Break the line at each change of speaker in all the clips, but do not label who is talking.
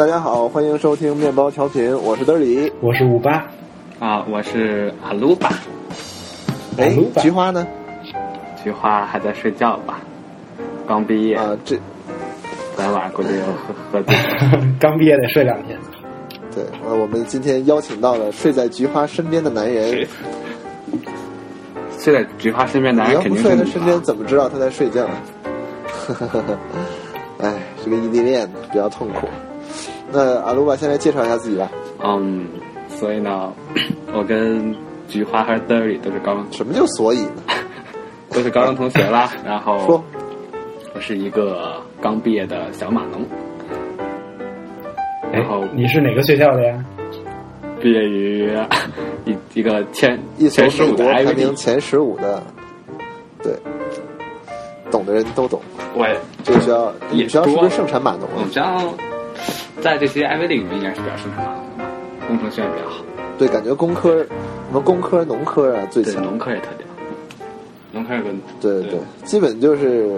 大家好，欢迎收听面包调频，我是德里，
我是58
啊，我是阿鲁巴。
哎，菊花呢？
菊花还在睡觉吧？刚毕业
啊，这
昨天晚上估计又喝醉
刚毕业得睡2天。
对，我们今天邀请到了睡在菊花身边的男人。
睡在菊花身边的男人肯定是你。
你要不睡他身边，怎么知道他在睡觉？哎，这个异地恋比较痛苦。那阿鲁巴先来介绍一下自己吧。
所以呢，我跟菊花和德里都是高中。
什么叫所以呢？
都是高中同学啦。然后
说，
我是一个刚毕业的小码农。然后
你是哪个学校的呀？
毕业于一个前15的
Ivy 排名前15的，对，懂的人都懂。
我也
这个学校，你们学校是不是盛产码农啊？
我们学校在这些 Ivy 里面应该是比较盛产码农的，工程学院比较好。
对，感觉工科、什么工科、农科啊最强。
农科也特屌，农科有个
对，基本就是，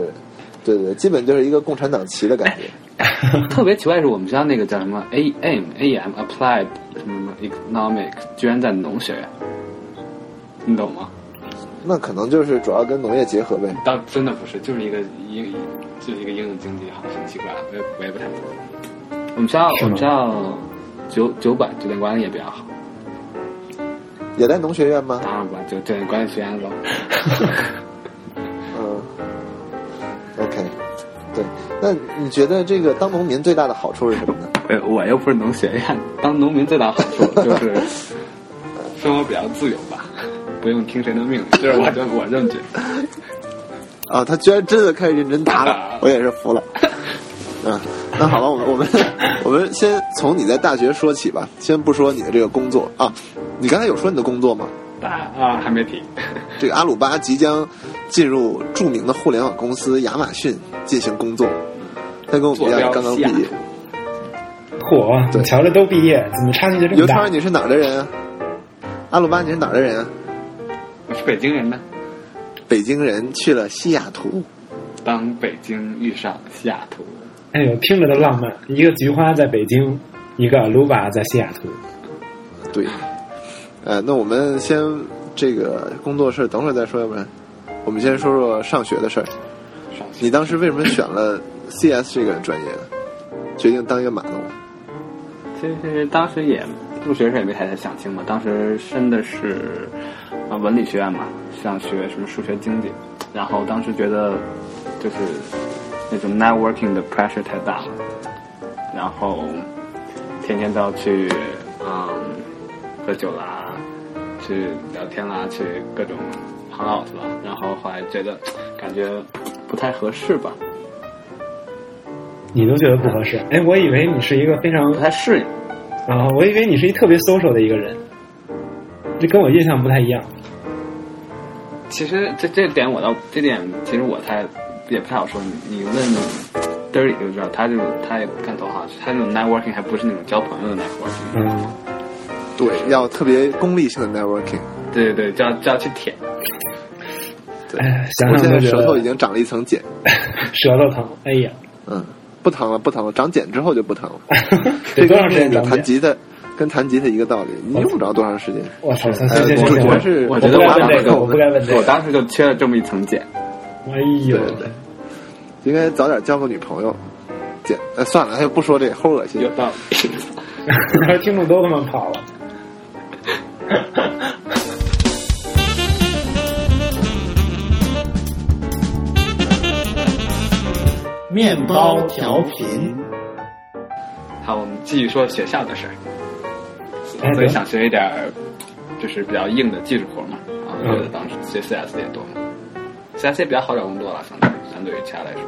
对，基本就是一个共产党旗的感觉。
特别奇怪是我们学校那个叫什么 AM Applied 什么 Economic 居然在农学院，你懂吗？
那可能就是主要跟农业结合呗。
倒真的不是，就是一个应用经济，好像奇怪了，我也不太懂。我们学校酒店管理也比较好。
也在农学院吗？
当然不，酒店管理学院喽。
OK， 对，那你觉得这个当农民最大的好处是什么呢？
我又不是农学院，当农民最大的好处就是生活比较自由吧，不用听谁的命令，这是我这么觉得。
啊，他居然真的开始认真答了，我也是服了。那好了，我们先从你在大学说起吧，先不说你的这个工作啊。你刚才有说你的工作吗？
还没提。
这个阿鲁巴即将进入著名的互联网公司亚马逊进行工作，他跟我们一样刚刚毕业。
嚯，对，瞧着都毕业，怎么差距就这么大？
油汤，你是哪儿的人啊？阿鲁巴，你是哪儿的人啊？
我是北京人呢。
北京人去了西雅图。
当北京遇上西雅图。
哎呦，听着都浪漫。一个菊花在北京，一个阿鲁巴在西雅图。
对。那我们先这个工作室等会儿再说，要不然我们先说说上学的事儿。你当时为什么选了 CS 这个专业呢？决定当一个码农？
其实当时也入学时也没太想清嘛，当时申的是文理学院嘛，想学什么数学经济，然后当时觉得就是那种 networking 的 pressure 太大了，然后天天都要去喝酒啦，去聊天啦，去各种 hangout 啦，然后后来觉得感觉不太合适吧。
你都觉得不合适？哎，我以为你是一个非常
不太适应
啊，我以为你是一特别 social 的一个人，这跟我印象不太一样。
其实这点其实我也不太好说。你问Dirty 就知道，他也看头哈，他这种 networking 还不是那种交朋友的 networking。
对，要特别功利性的 networking。
对，就要去舔。
对，
想
我现在舌头已经长了一层茧，
舌头疼。哎呀，
不疼了，长茧之后就不疼了。
这多长时间长
茧？跟弹吉他一个道理，你用不着多长时间。
我操！
主角是，
我觉得
我不该问这个，
我当时就缺了这么一层茧。
哎呦，
对，应该早点交个女朋友。算了，就不说这个，齁恶心。
有道
理。听众都他妈跑了。
面包调频。
好，我们继续说学校的事儿。所以想学一点就是比较硬的技术活嘛，觉得当时学 CS 也多嘛，CS 也比较好找工作了，相对于其他来说。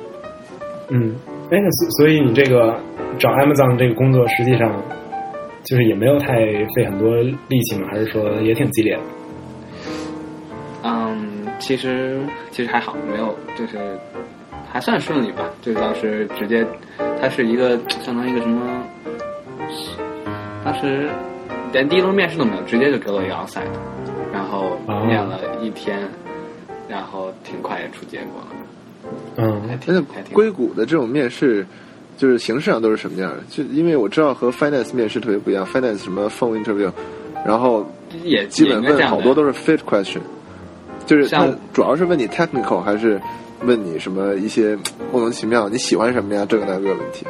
所以你这个找 Amazon 这个工作，实际上就是也没有太费很多力气嘛，还是说也挺激烈的？
其实还好，没有，就是还算顺利吧。就是当时直接，它是一个相当于一个什么，当时连第一轮面试都没有，直接就给了一个 outside， 然后面了1天，然后挺快也出结果了。
但是硅谷的这种面试， 就是形式上都是什么样的？就因为我知道和 finance 面试特别不一样 ，finance 什么 phone interview， 然后
也
基本问好多都是 fit question， 就是它主要是问你 technical 还是问你什么一些莫名其妙你喜欢什么呀这个那个问题。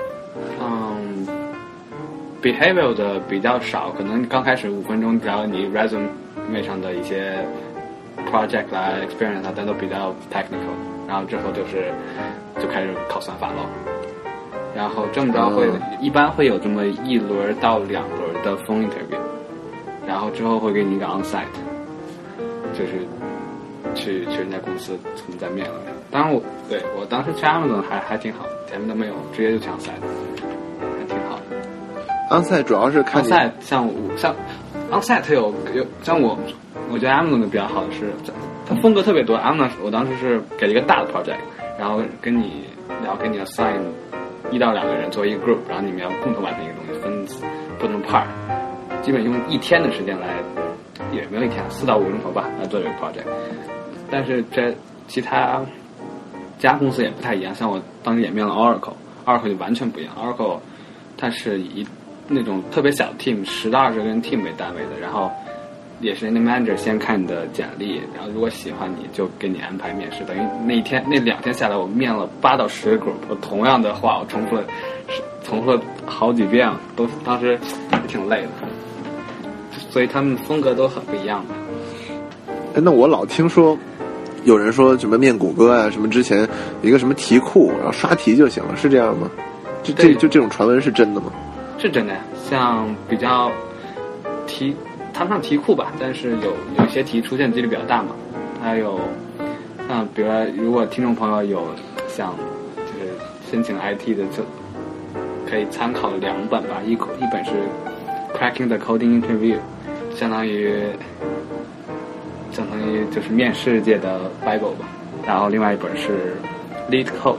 behavioral 的比较少，可能刚开始5分钟，只要你 resume 上的一些 project 啦 experience 啊，但都比较 technical， 然后之后就开始考算法咯。然后这么着一般会有这么1轮到2轮的 phone interview， 然后之后会给你一个 onsite， 就是去人家公司存在面了。当然我当时去 Amazon 还挺好，前面都没有，直接就去 onsite， 还挺好的。
onsite 主要是看
onsite 像 onsite 有像我觉得 Amazon 的比较好的是，它风格特别多。Amazon 我当时是给了一个大的 project， 然后给你 assign 1到2个人作为一个 group， 然后你们要共同完成一个东西，分不同 part， 基本用1天的时间来，也没有1天，4到5个钟头吧来做这个 project。但是这其他家公司也不太一样，像我当时也面了 Oracle 就完全不一样。Oracle 它是以那种特别小的 team 10到20个人 team 为单位的，然后也是那 manager 先看你的简历，然后如果喜欢你就给你安排面试。等于那2天下来，我面了8到10个 group， 我同样的话我重复了好几遍，都当时也挺累的。所以他们风格都很不一样的。
那我老听说有人说什么面谷歌啊，什么之前有一个什么题库，然后刷题就行了，是这样吗？就这种传闻是真的吗？
是真的呀，像比较谈不上题库吧，但是有一些题出现几率比较大嘛。还有像比如说，如果听众朋友有像就是申请 IT 的，就可以参考2本吧，一本是 Cracking the Coding Interview， 相当于就是面试界的 Bible 吧。然后另外一本是 Leet Code，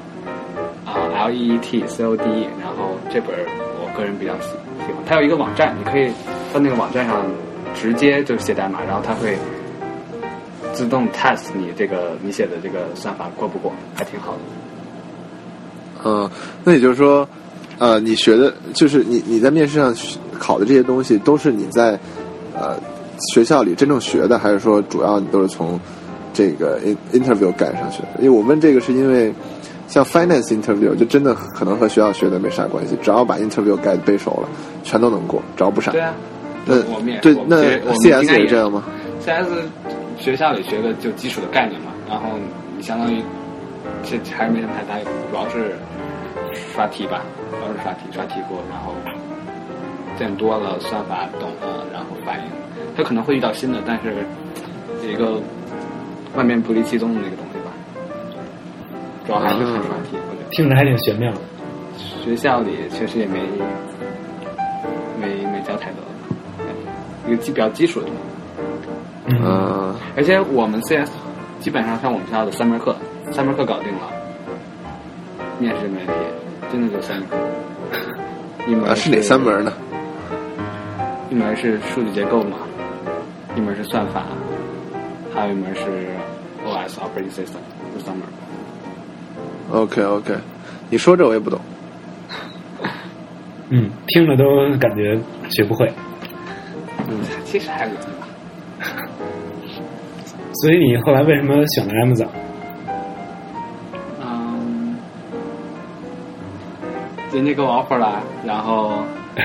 LEET， 然后这本我个人比较喜欢。它有一个网站，你可以在那个网站上直接就写代码，然后它会自动 test 你写的这个算法过不过，还挺好的。
那也就是说，你学的就是你在面试上考的这些东西，都是你在学校里真正学的，还是说主要你都是从这个 interview 改上去的？因为我问这个是因为像 finance interview 就真的可能和学校学的没啥关系，只要把 interview 改背熟了，全都能过，只要不傻。
对啊，
那CS 也是这样吗
？CS 学校里学的就基础的概念嘛，然后你相当于这还是没什么太大用，主要是刷题吧，刷题过，然后见多了，算法懂了，然后反应，它可能会遇到新的，但是有一个万变不离其宗的那个东西吧，主要还是看刷题。我觉得
听着还挺玄妙的。
学校里确实也没教太多，一个比较基础的东西。而且我们 CS 基本上像我们学校的3门课搞定了，面试没问题，真的就3门课。一门
是哪3门呢？
一门是数据结构嘛，一门是算法，还有一门是 OS Operating System， 这3门。
OK， 你说这我也不懂。
听着都感觉学不会。
其实还容易吧。
所以你后来为什么选了 Amazon？
人家给我 offer 了，然后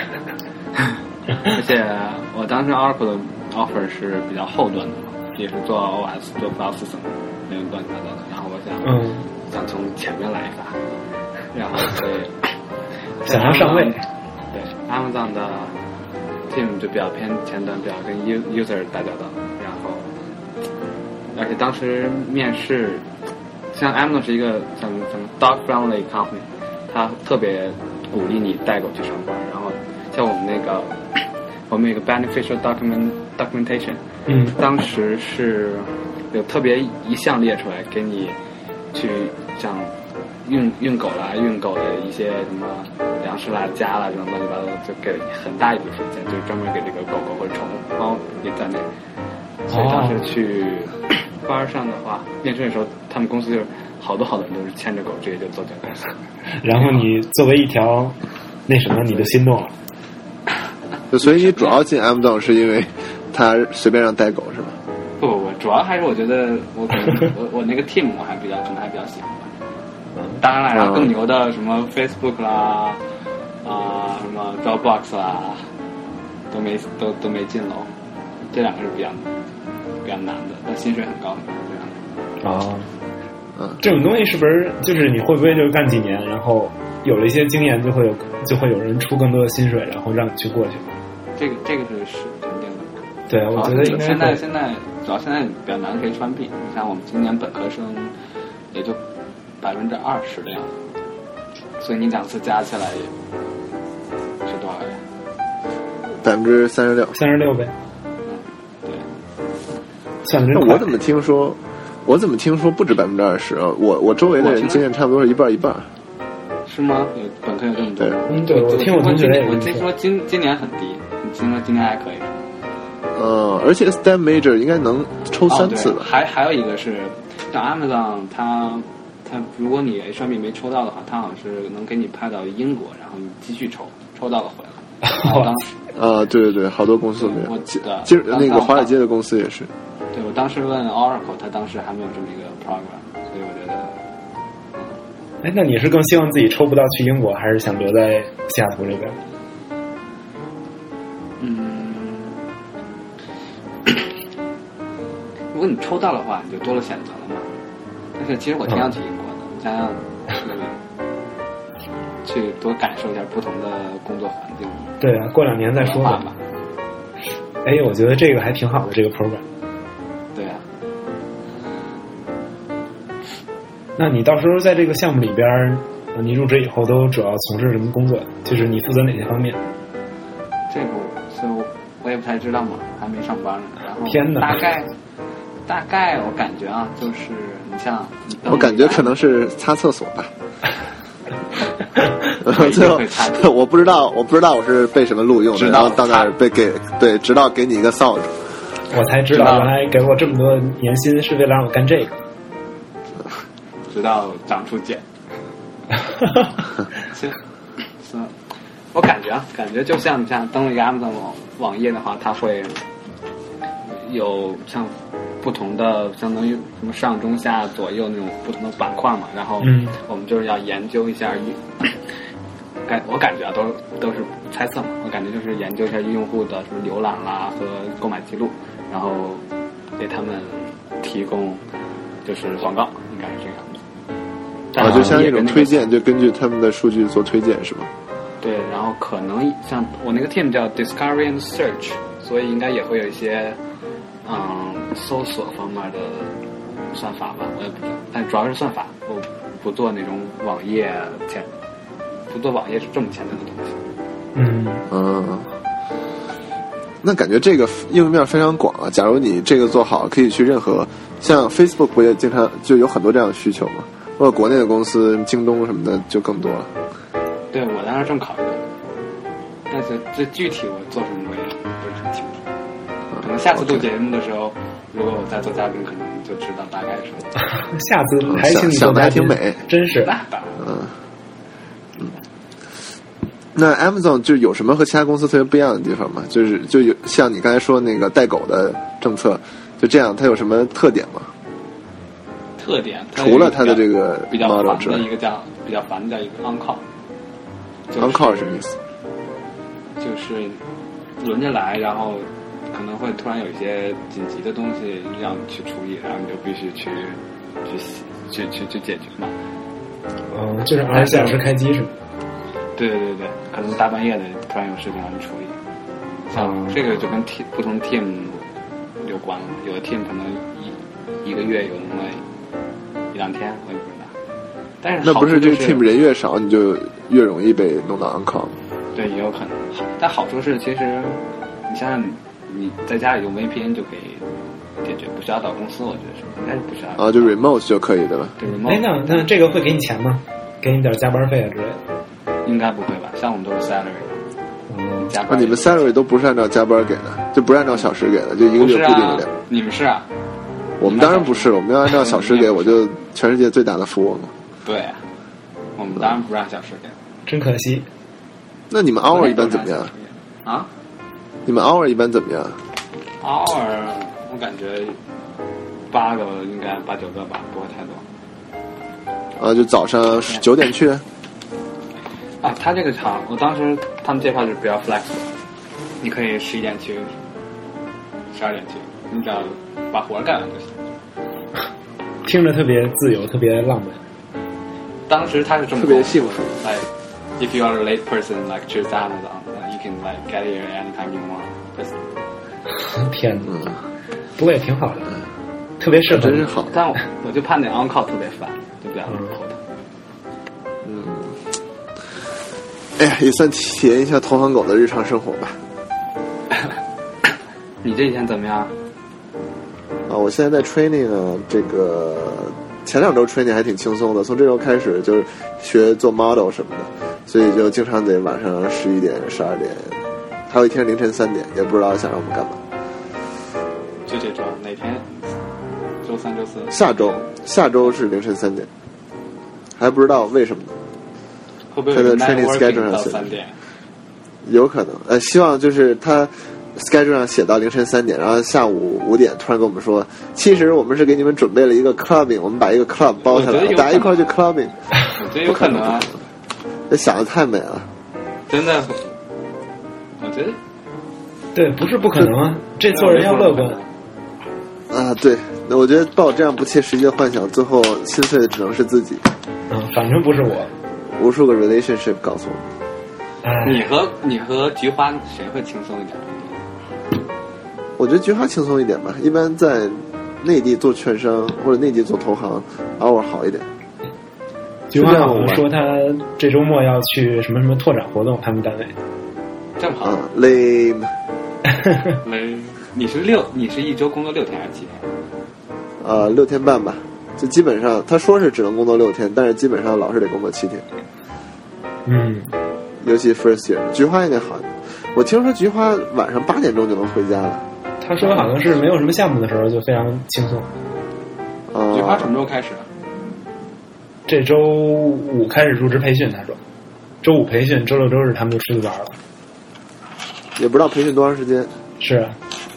而且我当时 Oracle 的 offer 是比较后端的嘛，也是做 OS 做 File System 那种乱七八糟的，然后我想从前面来一发，然后所以
想要上位。
对 Amazon 的 team 就比较偏前端，比较跟 user 打交道，然后而且当时面试像 Amazon 是一个像 dog friendly company， 他特别鼓励你带狗去上班，然后像我们有个 beneficial documentation， 当时是有特别一项列出来给你去像运狗啦，运狗的一些什么粮食啦、家啦这种乱七八糟的，就给很大一笔时间，就是专门给这个狗狗或者宠物猫也在内。所以当时去班上的话，面试的时候，他们公司就是好多人都是牵着狗直接就做这个公司。
然后你作为一条那什么，你就心动了。
所以你主要进 Amazon 是因为他随便让带狗是吧？
不，主要还是我觉得我可能我那个 team 我还比较喜欢吧。当然了，然后更牛的什么 Facebook 啦，什么 Dropbox 啦，都没进楼。这两个是比较难的，但薪水很高这样。
这种东西是不是就是你会不会就干几年，然后有了一些经验，就会有人出更多的薪水，然后让你去过去？
这个是肯定的。
对，我觉得应该
现在主要现在比较难可以穿壁。你像我们今年本科生也就20%的样子，所以你2次加起来也是多少呀
？36%呗。
对。
算真快。
我怎么听说不止20%啊？我周围的人经验差不多是一半一半。
是吗？本科有这么多？
对，我听我同学也
我听说今年很低，你听说今年还可以？
而且 STEM major 应该能抽3次的。
还有一个是，像 Amazon 它如果你 H1B 没抽到的话，它好像是能给你派到英国，然后你继续抽到了回来。当时
对，好多公司没有。那个华尔街的公司也是。
对，我当时问 Oracle， 他当时还没有这么一个 program， 所以我觉得。
那你是更希望自己抽不到去英国，还是想留在西雅图这边？
如果你抽到的话，你就多了选择了嘛。但是其实我挺想去英国的，我想去多感受一下不同的工作环境。
对啊，过2年再说吧。我觉得这个还挺好的，这个 program。
对啊。
那你到时候在这个项目里边，你入职以后都主要从事什么工作？就是你负责哪些方面？
这个我也不太知道嘛，还没上班呢。然后
天哪，
大概我感觉啊，就是你像
我感觉可能是擦厕所吧。最后我不知道我是被什么录用的，然后到那儿直到给你一个扫帚，
我才知道原来给我这么多年薪是为了让我干这个，
直到长出茧。我感觉就像你登了一个 Amazon 网页的话，它会有像不同的相当于什么上中下左右那种不同的板块嘛，然后我们就是要研究一下我感觉都是猜测嘛，我感觉就是研究一下用户的什么浏览啦和购买记录，然后给他们提供就是广告，应该是这个样子。
就像一种推荐，就根据他们的数据做推荐是吗？
对，然后可能像我那个 team 叫 Discovery and Search， 所以应该也会有一些搜索方面的算法吧，我也不知道，但主要是算法，我不做那种网页不做网页是这么前端的东西。
那感觉这个应用面非常广啊。假如你这个做好，可以去任何像 Facebook 不也经常就有很多这样的需求吗？或者国内的公司京东什么的就更多了。
对，我当时正考虑，但是这具体我做什么我也不是很清楚。可能下次录节目的时候，如果我再做嘉宾，可能就知道大概是。
下次还请你
想的还挺美，
真是。
那 Amazon 就有什么和其他公司特别不一样的地方吗？就有像你刚才说那个带狗的政策，就这样，它有什么特点吗？
特点
除了它的这个
比较烦的一个叫一个 on-call。on-call
是什么意思？
就是轮着来，然后可能会突然有一些紧急的东西让你去处理，然后你就必须去解决嘛。
就是24小时开机是吗？
对，可能大半夜的突然有事情让你处理。像这个就跟不同 team 有关了，有的 team 可能一个月有那么1-2天，我也不知道。但是
那不是这个 team 人越少，你就越容易被弄到 on-call？
对，也有可能。但好处是，其实你想想，你在家里用 VPN 就可以解决，不需要到公司，我觉得是应该是不需要。
就 remote 就可以对吧？
对 remote。
那这个会给你钱吗？给你点加班费啊之类的？
应该不会吧？像我们都是 salary。加班。
你们 salary 都不是按照加班给的，就不是按照小时给的，就一个月固定的。
你们是啊？
我们当然不是，我们要按照小时给，我就全世界最大的富翁了。
对，我们当然不让小时给。
真可惜。
那你们 hour 一般怎么样？
啊？
你们 hour 一般怎么样
？hour 我感觉8个应该8、9个吧，不会太多。
就早上9点去。
啊，他这个场，我当时他们介绍是比较 flexible， 你可以11点去，12点去，你只要把活干完就行。
听着特别自由，特别浪漫。
当时他是这么
特别幸福。
Like, if you are a late person, like choose Amazon, you can like get here anytime you want.
天哪，不过也挺好的，特别适合。
真是好。
但我就怕那 on call 特别烦，就不想头疼。
哎呀，也算体验一下投行狗的日常生活吧。
你这几天怎么样？
我现在在 training 呢，这个前2周 training 还挺轻松的，从这周开始就是学做 model 什么的，所以就经常得晚上11点、12点，还有一天凌晨3点，也不知道想让我们干嘛。
就这周哪天？周3、周
4？下周是凌晨3点，还不知道为什么呢？
会不会
他的 training schedule 上写
3点？
有可能，希望就是他 schedule 上写到凌晨3点，然后下午5点突然跟我们说，其实我们是给你们准备了一个 clubbing， 我们把一个 club 包下来，大家一块去 clubbing。
我觉得有可能啊，
这想的太美了，
真的，我觉得
对，不是不可能啊，这做人要乐观
啊。对，那我觉得抱这样不切实际的幻想，最后心碎的只能是自己。
反正不是我。
无数个 relationship 告诉我，
你和菊花谁会轻松一点？
我觉得菊花轻松一点吧，一般在内地做券商或者内地做投行 hour 好一点。
菊花好像说他这周末要去什么拓展活动，他们单位。
这么好
，lame。
你是一周工作6天还是7天？
6天半吧，就基本上他说是只能工作6天，但是基本上老是得工作7天。尤其 first year， 菊花应该好一点。我听说菊花晚上8点钟就能回家了。
他说好像是没有什么项目的时候就非常轻松。
菊花什么时候开始？
这周5开始入职培训，他说周5培训，周6、周日他们就出去玩了。
也不知道培训多长时间。
是啊。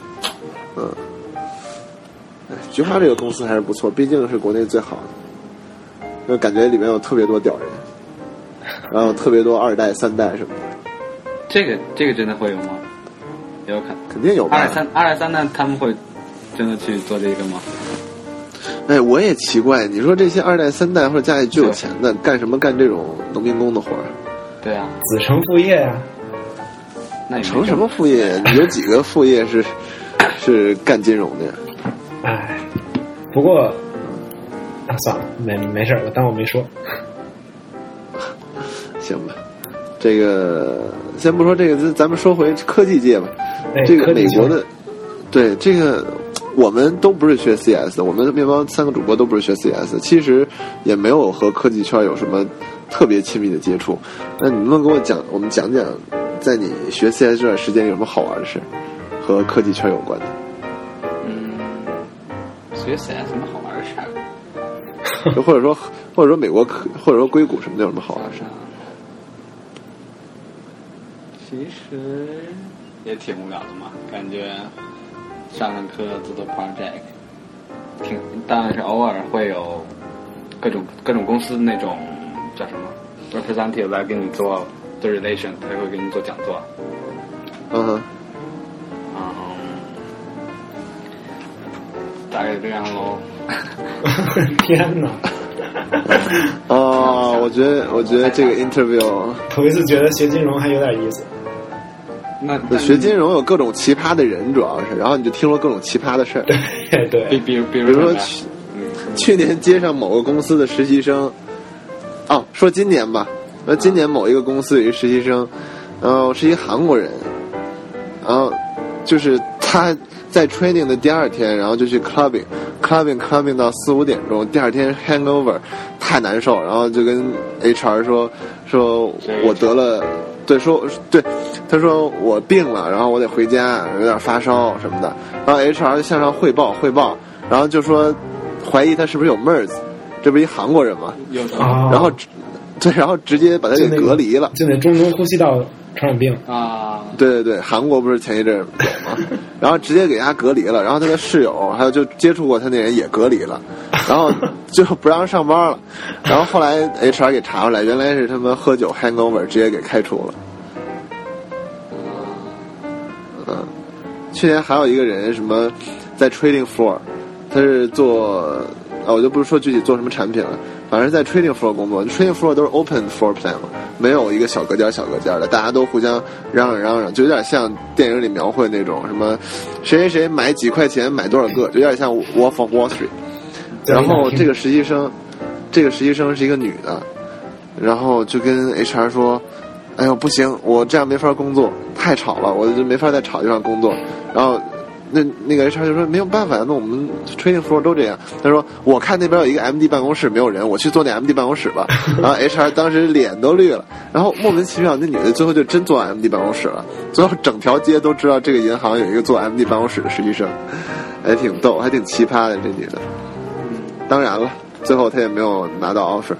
菊花这个公司还是不错，毕竟是国内最好的，就感觉里面有特别多屌人，然后特别多2代、3代什么的。
这个真的会有吗？有
肯定有吧。
2代、3代他们会真的去做这个吗？
哎，我也奇怪，你说这些2代、3代或者家里最有钱的，干什么干这种农民工的活儿？
对啊，
子承父业啊。
那
成什么副业？你有几个副业是干金融的呀？
哎，不过算了，没事，我当我没说。
行吧，这个先不说这个，咱们说回科技界吧。这个美国的，对这个我们都不是学 CS 的，我们面包3个主播都不是学 CS 的，其实也没有和科技圈有什么特别亲密的接触。那你能不能跟我们讲讲，在你学 CS 这段时间有什么好玩的事，和科技圈有关的？
学 CS 什么好玩的事？
或者说美国或者说硅谷什么的有什么好玩的事？
其实也挺无聊的嘛，感觉上课做 project， 当然是偶尔会有各种公司那种叫什么 representative 来给你做 the relation， 他会给你做讲座。大概这样喽。
天哪！
我觉得这个 interview
头一次觉得学金融还有点意思。
那
学金融有各种奇葩的人，主要是，然后你就听说各种奇葩的事儿。
对，
比如
说去年街上某个公司的实习生，说今年吧，今年某一个公司有一实习生，然后是一个韩国人，然后就是他在 training 的第2天，然后就去 clubbing 到4、5点钟，第2天 hangover 太难受，然后就跟 HR 说我得了，对，他说我病了，然后我得回家，有点发烧什么的，然后 HR 就向上汇报， 然后就说怀疑他是不是有 MERS， 这不是一韩国人吗？然后对，然后直接把他给隔离了，
就那中东呼吸道传染病
啊，
对，韩国不是前一阵有吗？然后直接给他隔离了，然后他的室友还有就接触过他那人也隔离了，然后就不让上班了。然后后来 HR 给查出来，原来是他们喝酒 hangover 直接给开除了。去年还有一个人什么在 trading floor， 他是做我就不是说具体做什么产品了，反正在 trading floor 工作。trading floor 都是 open floor plan 嘛，没有一个小隔间的，大家都互相嚷嚷，就有点像电影里描绘那种什么谁买几块钱买多少个，就有点像 Wolf of Wall Street。然后这个实习生是一个女的，然后就跟 HR 说，哎呦不行，我这样没法工作，太吵了，我就没法在吵地方工作。然后那个 HR 就说没有办法，那我们 trading floor 都这样。他说我看那边有一个 MD 办公室没有人，我去坐那 MD 办公室吧。然后 HR 当时脸都绿了，然后莫名其妙那女的最后就真坐 MD 办公室了，最后整条街都知道这个银行有一个坐 MD 办公室的实习生，还挺逗，还挺奇葩的这女的。当然了，最后她也没有拿到 offer。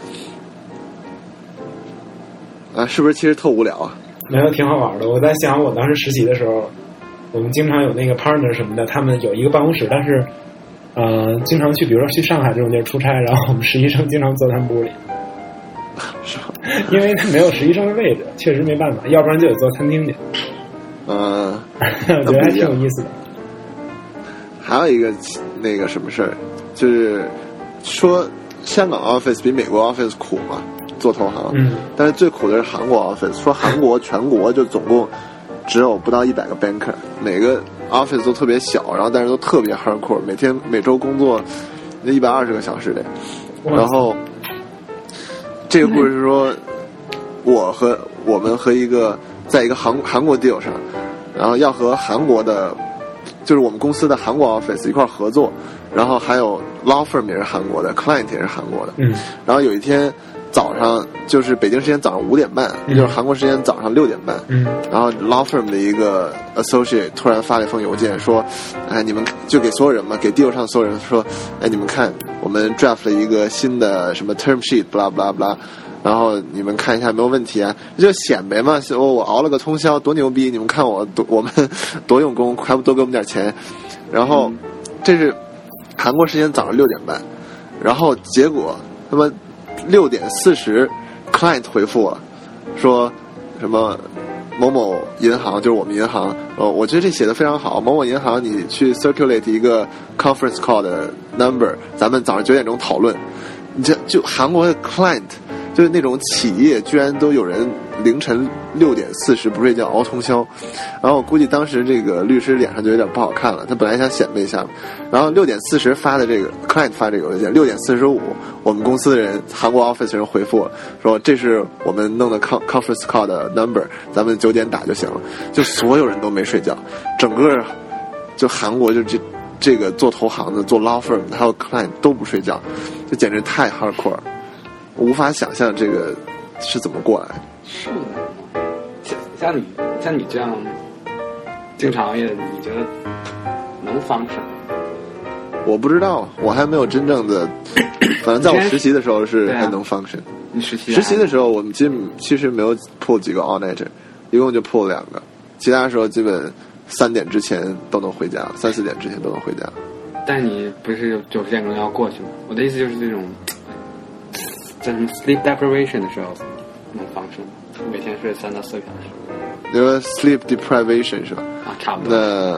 是不是其实特无聊啊？
没有，挺好玩的。我在想我当时实习的时候，我们经常有那个 partner 什么的，他们有一个办公室，但是经常去，比如说去上海这种地儿出差，然后我们实习生经常坐他们屋里，
是吧？
因为他没有实习生的位置，确实没办法，要不然就得坐餐厅去。
我
觉得还挺有意思的。
还有一个那个什么事儿，就是说香港 office 比美国 office 苦嘛，做投行。但是最苦的是韩国 office， 说韩国全国就总共只有不到100个 banker， 每个 office 都特别小，然后但是都特别 hardcore， 每周工作120个小时的。然后这个故事是说，我们和在一个韩国 deal 上，然后要和韩国的，就是我们公司的韩国 office 一块合作，然后还有 law firm 也是韩国的 client 也是韩国的。然后有一天早上，就是北京时间早上5点半，就是韩国时间早上6点半。然后 law firm 的一个 associate 突然发了一封邮件说，你们就给所有人嘛，给 deal 上所有人说，你们看我们 draft 了一个新的什么 term sheet blah blah blah， 然后你们看一下没有问题啊，就显摆嘛，我熬了个通宵多牛逼，你们看我们多用功，还不多给我们点钱。然后这是韩国时间早上6点半，然后结果他们6点40 client 回复了，说什么某某银行，就是我们银行，我觉得这写的非常好，某某银行你去 circulate 一个 conference call 的 number， 咱们早上9点钟讨论。你这就韩国的 client， 就是那种企业居然都有人凌晨6点40不睡觉熬通宵。然后我估计当时这个律师脸上就有点不好看了，他本来想显摆一下，然后6点40发的这个 client 发这个邮件，6点45我们公司的人韩国 office 人回复了，说这是我们弄的 conference call 的 number， 咱们9点打就行了。就所有人都没睡觉，整个就韩国就这个做投行的、做 law firm 还有 client 都不睡觉，这简直太 hardcore 了，我无法想象这个是怎么过来的。
是的，像你这样经常业，你觉得能function？
我不知道，我还没有真正的，反正在我实习的时候是还能 function。
你实
习的时候，我们其实没有 pull 几个 all nighter， 一共就 pull 2个，其他时候基本3点之前都能回家，3、4点之前都能回家。
但你不是90点钟要过去吗？我的意思就是这种在什么 sleep deprivation 的时候能function，每天睡3到4个小时。
你说 sleep deprivation 是吧？
差不多。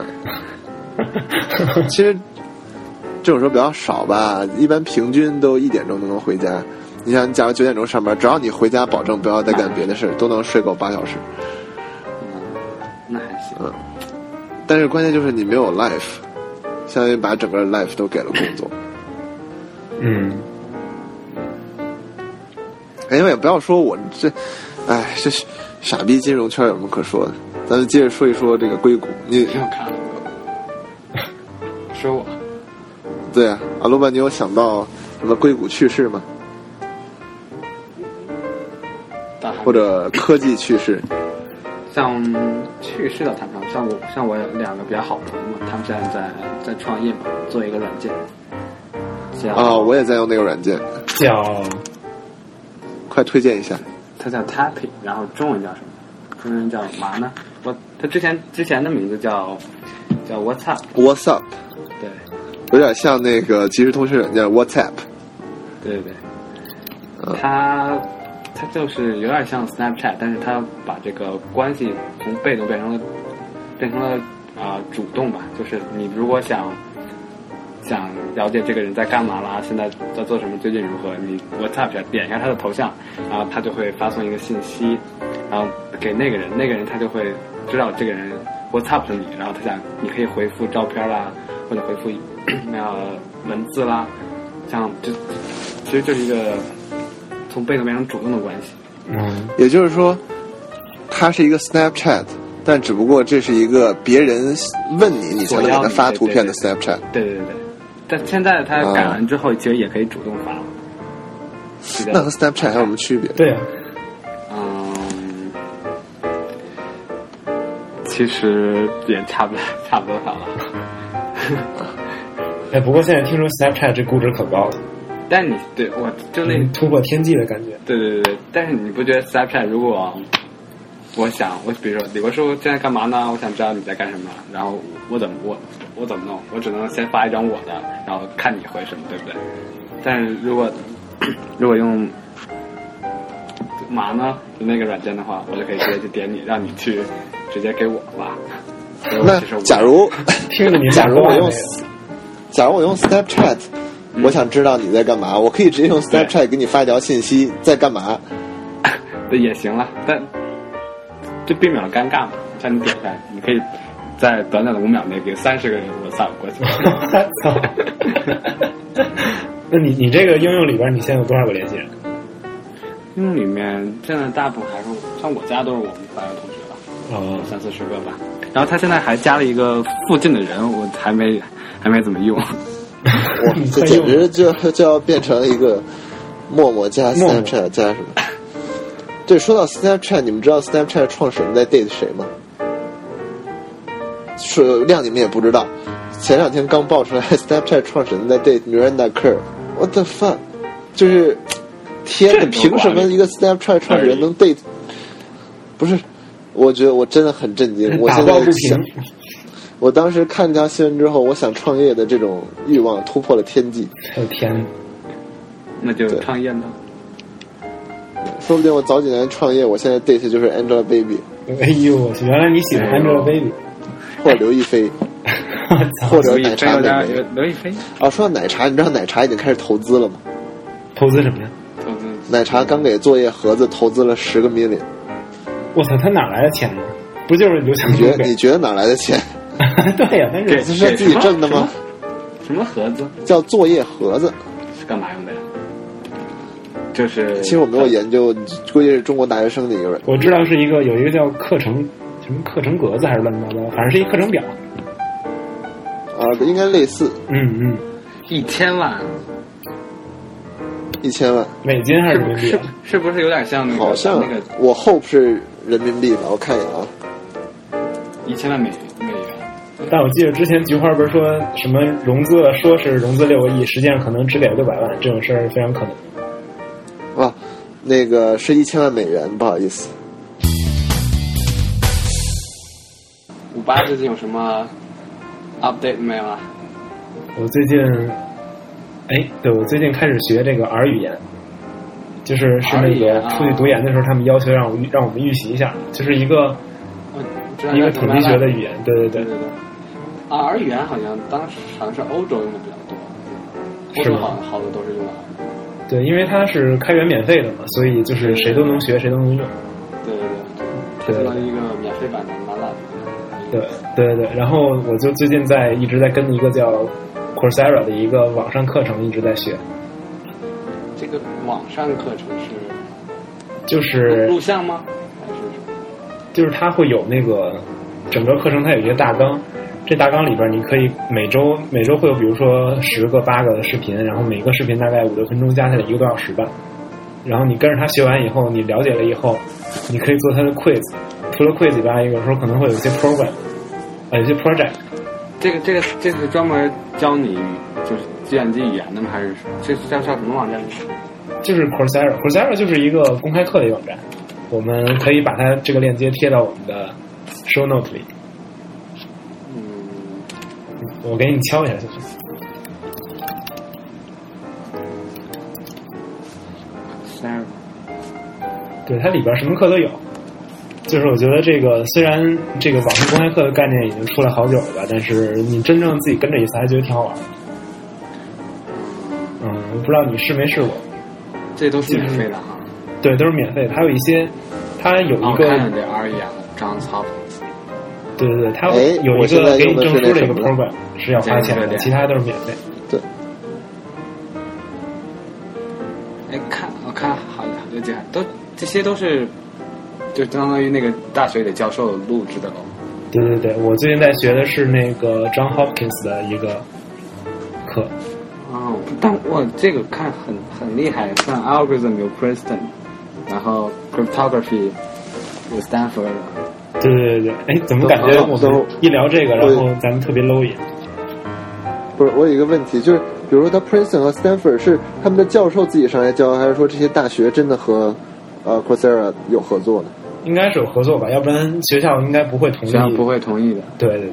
那其实这种时候比较少吧，一般平均都1点钟都能回家。你想，你假如9点钟上班，只要你回家，保证不要再干别的事，都能睡够8小时。
那还行。
但是关键就是你没有 life， 相当于把整个 life 都给了工作。因为也不要说我这傻逼金融圈有什么可说的？咱们接着说一说这个硅谷。你
挺好看的。说我。
对啊，阿罗巴，你有想到什么硅谷去世吗？或者科技去世？
像去世的谈不上，像我有2个比较好的朋友嘛，他们现在在创业嘛，做一个软件。
我也在用那个软件，
叫，
快推荐一下。
它叫 Tappy， 然后中文叫什么？中文叫嘛呢？它之前的名字叫 WhatsApp。What's
up？
对，
有点像那个即时通讯软件 WhatsApp。
对对对，它就是有点像 Snapchat， 但是它把这个关系从被动变成了主动吧，就是你如果想了解这个人在干嘛啦，现在在做什么，最近如何，你 WhatsApp 点一下他的头像，然后他就会发送一个信息，然后给那个人他就会知道这个人 WhatsApp 你，然后你可以回复照片啦，或者回复文字啦，其实就是一个从被动变成主动的关系。
也就是说，它是一个 Snapchat， 但只不过这是一个别人问你才能给他发图片的 Snapchat。
对对对。但现在它改完之后，其实也可以主动发了。
那和 Snapchat 还有什么区别？
对啊，
其实也差不多少了。
哎，不过现在听说 Snapchat 这估值可高了。
但你对我就那
突破天际的感觉。
对对对，但是你不觉得 Snapchat 如果我比如说李国叔现在干嘛呢？我想知道你在干什么，然后我怎么弄？我只能先发一张我的，然后看你回什么，对不对？但是如果用嘛呢那个软件的话，我就可以直接去点你，让你去直接给我发。
那假如我用 Snapchat，我想知道你在干嘛，我可以直接用 Snapchat 给你发一条信息，在干嘛？
也行了，但就避免了尴尬嘛。像你点开，你可以在短短的5秒内给30个人WhatsApp过去。
操！那你这个应用里边，你现在有多少个联系人？
应用里面现在大部分还是像我家都是我们班的同学吧，30-40个吧。然后他现在还加了一个附近的人，我还没怎么用。
哇，这简直就要变成一个陌陌加 Snapchat 加什么？对，说到 Snapchat， 你们知道 Snapchat 创始人在 date 谁吗？说亮你们也不知道，前2天刚爆出来 Snapchat 创始人在 date Miranda Kerr。What the fuck？ 就是天哪，凭什么一个 Snapchat 创始人能 date？ 不是，我觉得我真的很震惊。我现在想，我当时看这条新闻之后，我想创业的这种欲望突破了天际。
我天，
那就创业呢？
说不定我早几年创业，我现在 date 就是 Angelababy。
哎呦我去，原来你喜欢 Angelababy，
或者刘亦菲，或者奶茶妹妹。
刘亦菲。
说到奶茶，你知道奶茶已经开始投资了吗？
投资什么呀？
奶茶刚给作业盒子投资了10个 million。
我操，他哪来的钱呢？不就是刘强东给？
你觉得哪来的钱？
对呀，但是
这是自己挣的吗？
什么盒子？
叫作业盒子。
是干嘛用的呀？就是
其实我没有研究，估计是中国大学生的一个人。
我知道是有一个叫课程什么课程格子还是乱七八糟，反正是一课程表。
应该类似。
1000万。
1000万
美金还是人民币？
是不是有点像那个？
好像
那个，
我 hope 是人民币吧，我看一眼啊。
1000万美元。
但我记得之前菊花不是说什么融资了，说是融资6个亿，实际上可能只给了600万，这种事儿非常可能。
那个是1000万美元，不好意思。
58最近有什么 update 没有啊？
我最近，我最近开始学这个 R 语言，就是那个出去读研的时候，他们要求让我们预习一下，就是一个统计学的语言，对。
R 语言好像当时是欧洲用的比较多，欧洲好多都是用的。
对，因为它是开源免费的嘛，所以就是谁都能学，谁都能用。
对，相当于一个免费版的MATLAB。
对，然后我就最近一直在跟一个叫 Coursera 的一个网上课程一直在学。
这个网上课程
就是
录像吗？还是
就是它会有那个整个课程它有一个大纲。这大纲里边，你可以每周会有，比如说10个、8个的视频，然后每个视频大概5-6分钟，加起来1个多小时吧。然后你跟着他学完以后，你了解了以后，你可以做他的 quiz， 除了 quiz 以外，有时候可能会有一些 program，有些 project。
这是专门教你就是计算机语言的吗？还是这是叫什么网站？
就是 Coursera 就是一个公开课的网站，我们可以把它这个链接贴到我们的 show note 里。我给你敲一下，行不行？对，它里边什么课都有。就是我觉得这个虽然这个网上公开课的概念已经出来好久了吧，但是你真正自己跟着一次还觉得挺好玩的。我不知道你试没试过。
这都是免费的哈。
对，都是免费的。还有一些，它有一个。
看这 R 一啊 ，Johns Hopkins。
对，它有一个给你证书的一个 program 是要花钱的，其他都是免费。
对。
我看好的几这些都是就相当于那个大学里教授录制的喽。
对，我最近在学的是那个 Johns Hopkins 的一个课。
但我这个看很厉害，像 algorithm 有 Princeton， 然后 cryptography 有 Stanford。
对，怎么感觉我们一聊这个，然后咱们特别 low 一点？
不是，我有一个问题，就是比如说他 Princeton 和 Stanford 是他们的教授自己上来教，还是说这些大学真的和Coursera 有合作呢？
应该是有合作吧，要不然学校应该不会同意。
学校不会同意的。
对。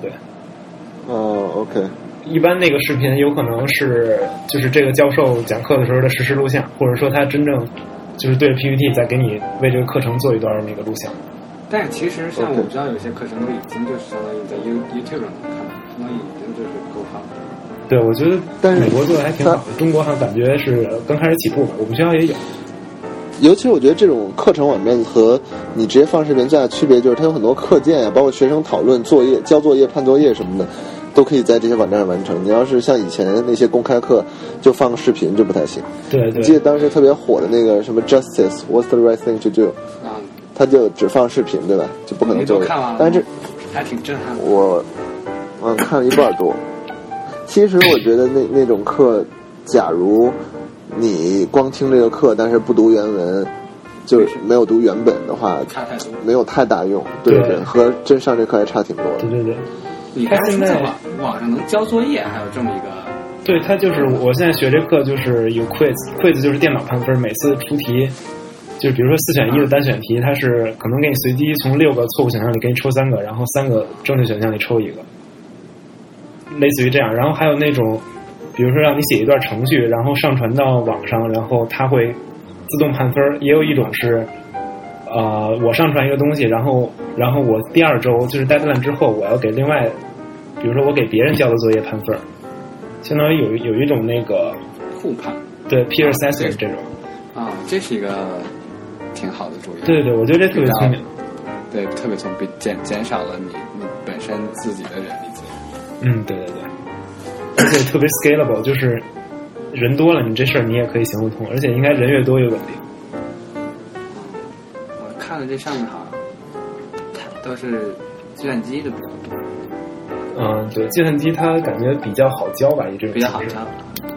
OK。
一般那个视频有可能是就是这个教授讲课的时候的实时录像，或者说他真正就是对着 PPT 再给你为这个课程做一段那个录像。
但是其实像我知道有些课程都已经就是相当于在 YouTube 上能看到，相当于已经就是够好的。
对，我觉得美国做的还挺好的，中国好像感觉是刚开始起步吧，我们学校也有。
尤其是我觉得这种课程网站和你直接放视频最大的区别就是它有很多课件啊，包括学生讨论、作业、交作业、判作业什么的，都可以在这些网站上完成。你要是像以前那些公开课就放个视频就不太行。
对。
你记得当时特别火的那个什么 Justice What's the right thing to do？他就只放视频对吧？就不可能做。但是
还挺震撼的。
我看了一半多。其实我觉得那种课，假如你光听这个课，但是不读原文，就没有读原本的话，
差太多，
没有太大用。对，和真上这课还差挺多的。
对。
你看现在网上能交作业，还有这么一个。
对，他就是我现在学这课就是有 quiz 就是电脑判分，每次出题就是比如说4选1的单选题，它是可能给你随机从6个错误选项里给你抽3个，然后3个正确选项里抽1个，类似于这样。然后还有那种比如说让你写一段程序，然后上传到网上，然后它会自动判分。也有一种是我上传一个东西，然后我第2周就是 deadline 之后，我要给另外比如说我给别人交的作业判分，相当于有一种那个
互判。
对 peer assessment 这种
这是一个挺好的主意。
对，我觉得这特别聪明。
对，特别聪明，减少了你本身自己的人力资源。
对，而且特别 scalable， 就是人多了，你这事儿你也可以行得通，而且应该人越多越稳定。
我看了这上面好像都是计算机的比较多。
对，计算机它感觉比较好教吧，这种
比较好教。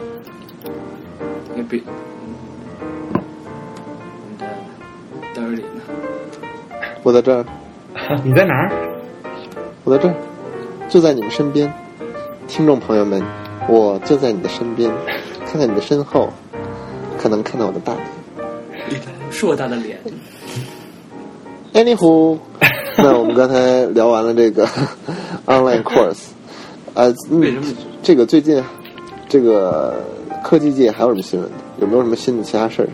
也比你的兜里呢？
我在这儿。
你在哪儿？
我在这儿，就在你们身边。听众朋友们，我就在你的身边，看在你的身后，可能看到我的大脸，
硕大的脸。
Anywho， 那我们刚才聊完了这个 online course， 这个最近这个科技界还有什么新闻？有没有什么新的其他事儿？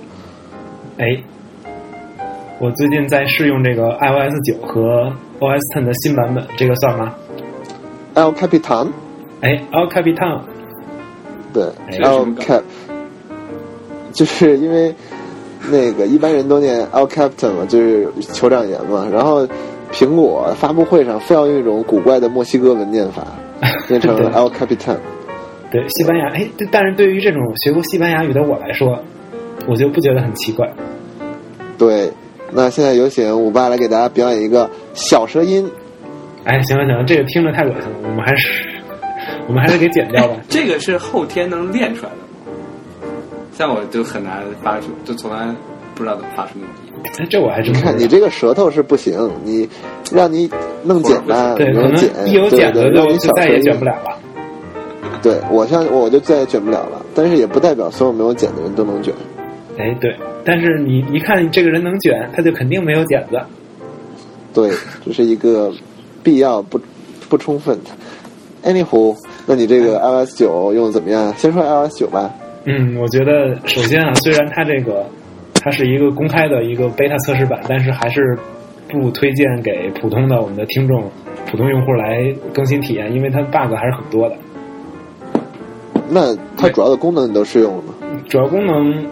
我最近在试用这个 iOS 9和 OS X 的新版本，这个算吗
？El Capitan。
El Capitan。
对 ，El Cap， 就是因为那个一般人都念 El Capitan 嘛，就是酋长爷嘛。然后苹果发布会上非要用一种古怪的墨西哥文念法，变成了 El Capitan。
对，西班牙。但是对于这种学过西班牙语的我来说，我就不觉得很奇怪。
对。那现在有请伍爸来给大家表演一个小舌音。
行了，这个听着太恶心了，我们还是给剪掉吧。
这个是后天能练出来的吗？像我就很难发出，就从来不知道怎么发出那种音。
这我还真
你看你这个舌头是不行，你让你弄简单，
对，可能一有茧子就再也卷不了了。
对，我就再也卷不了了，但是也不代表所有没有茧的人都能卷。
哎，对，但是你一看这个人能卷，他就肯定没有茧子。
对，这是一个必要不充分的。Anywho， 那你这个 iOS 9用的怎么样？先说 iOS 9吧。
我觉得首先啊，虽然它是一个公开的一个 beta 测试版，但是还是不推荐给普通的我们的听众、普通用户来更新体验，因为它 bug 还是很多的。
那它主要的功能你都试用了吗？
主要功能，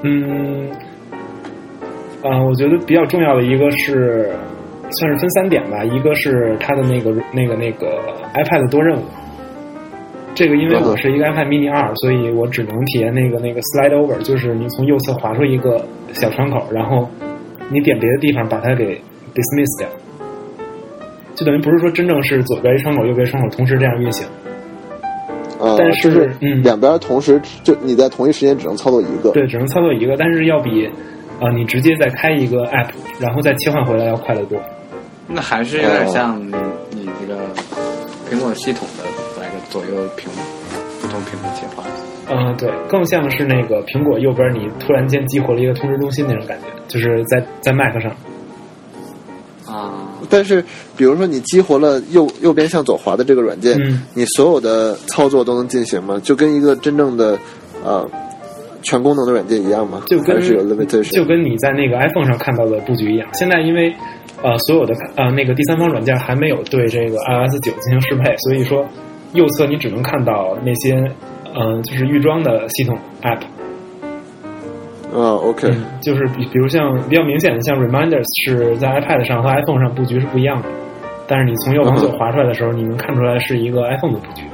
我觉得比较重要的一个是，算是分3点吧。一个是它的那个 iPad 多任务，这个因为我是一个 iPad mini 2，所以我只能体验那个 slide over， 就是你从右侧划出一个小窗口，然后你点别的地方把它给 dismiss 掉，就等于不是说真正是左边一窗口右边一窗口同时这样运行。但是
就是两边同时，就你在同一时间只能操作一个。
对，只能操作一个，但是要比你直接再开一个 app， 然后再切换回来要快得多。
那还是有点像你这个苹果系统的来个左右不同屏的切换。
对，更像是那个苹果右边你突然间激活了一个通知中心那种感觉，就是在 Mac 上。
但是比如说你激活了右边向左滑的这个软件，你所有的操作都能进行吗？就跟一个真正的全功能的软件一样吗？还是有 limitation？
就跟你在那个 iPhone 上看到的布局一样。现在因为所有的那个第三方软件还没有对这个 iOS 9进行适配，所以说右侧你只能看到那些就是预装的系统 app。
OK，
就是比如像比较明显的，像 Reminders 是在 iPad 上和 iPhone 上布局是不一样的，但是你从右往左滑出来的时候，你能看出来是一个 iPhone 的布局。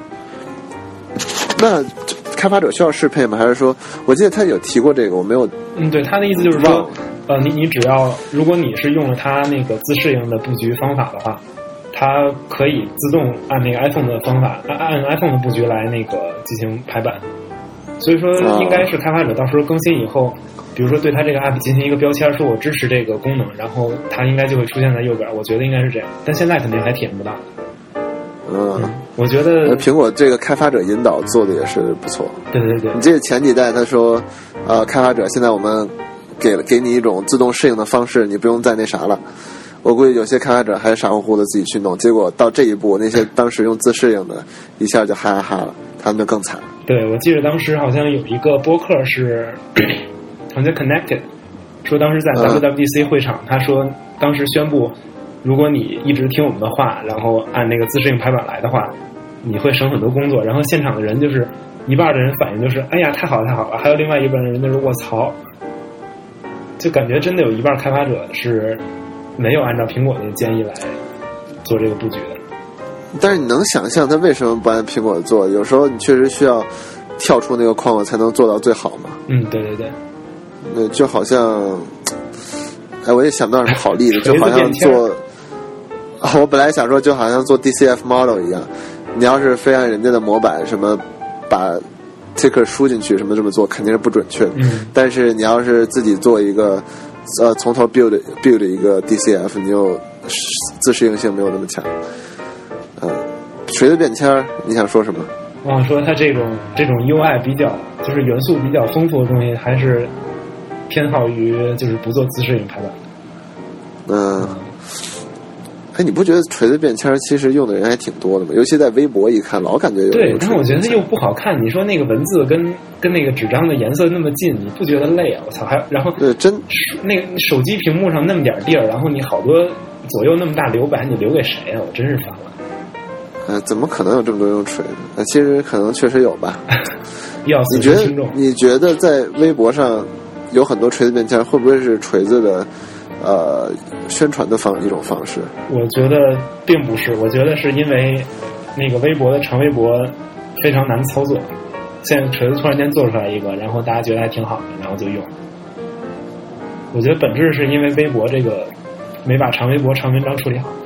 那开发者需要适配吗？还是说，我记得他有提过这个，我没有。
对，他的意思就是说，你只要如果你是用了他那个自适应的布局方法的话，它可以自动按那个 iPhone 的方法，按 iPhone 的布局来那个进行排版。所以说应该是开发者到时候更新以后，比如说对它这个 app 进行一个标签，说我支持这个功能，然后它应该就会出现在右边，我觉得应该是这样，但现在肯定还体验不到。我觉得
苹果这个开发者引导做的也是不错。
对对对，
你记得前几代他说开发者现在我们给你一种自动适应的方式，你不用再那啥了。我估计有些开发者还是傻乎乎的自己去弄，结果到这一步，那些当时用自适应的一下就哈哈了，他们就更惨了。
对，我记得当时好像有一个播客是好像 Connected 说当时在 WWDC 会场，他说当时宣布如果你一直听我们的话，然后按那个自适应排版来的话，你会省很多工作。然后现场的人就是一半的人反应就是哎呀太好了太好了，还有另外一半的人就是卧槽，就感觉真的有一半开发者是没有按照苹果的建议来做这个布局的。
但是你能想象他为什么不按苹果做？有时候你确实需要跳出那个框才能做到最好嘛。
对对对。
就好像，我也想不到什么好例子，就好像做，我本来想说就好像做 DCF model 一样，你要是非按人家的模板什么把 ticker 输进去什么这么做，肯定是不准确的。但是你要是自己做一个从头 build 一个 DCF， 你又自适应性没有那么强。锤子便签你想说什么？
我想说它这种 UI 比较就是元素比较丰富的东西，还是偏好于就是不做自适应排版。
你不觉得锤子便签其实用的人还挺多的吗？尤其在微博一看，老感觉有。
对，但是我觉得又不好看。你说那个文字跟那个纸张的颜色那么近，你不觉得累啊？我操！然后那个手机屏幕上那么点地儿，然后你好多左右那么大留白，你留给谁啊？我真是烦了。
怎么可能有这么多用锤子？其实可能确实有吧。你觉得在微博上有很多锤子便签，会不会是锤子的宣传的一种方式？
我觉得并不是，我觉得是因为那个微博的长微博非常难操作，现在锤子突然间做出来一个，然后大家觉得还挺好的，然后就用。我觉得本质是因为微博这个没把长微博长文章处理好。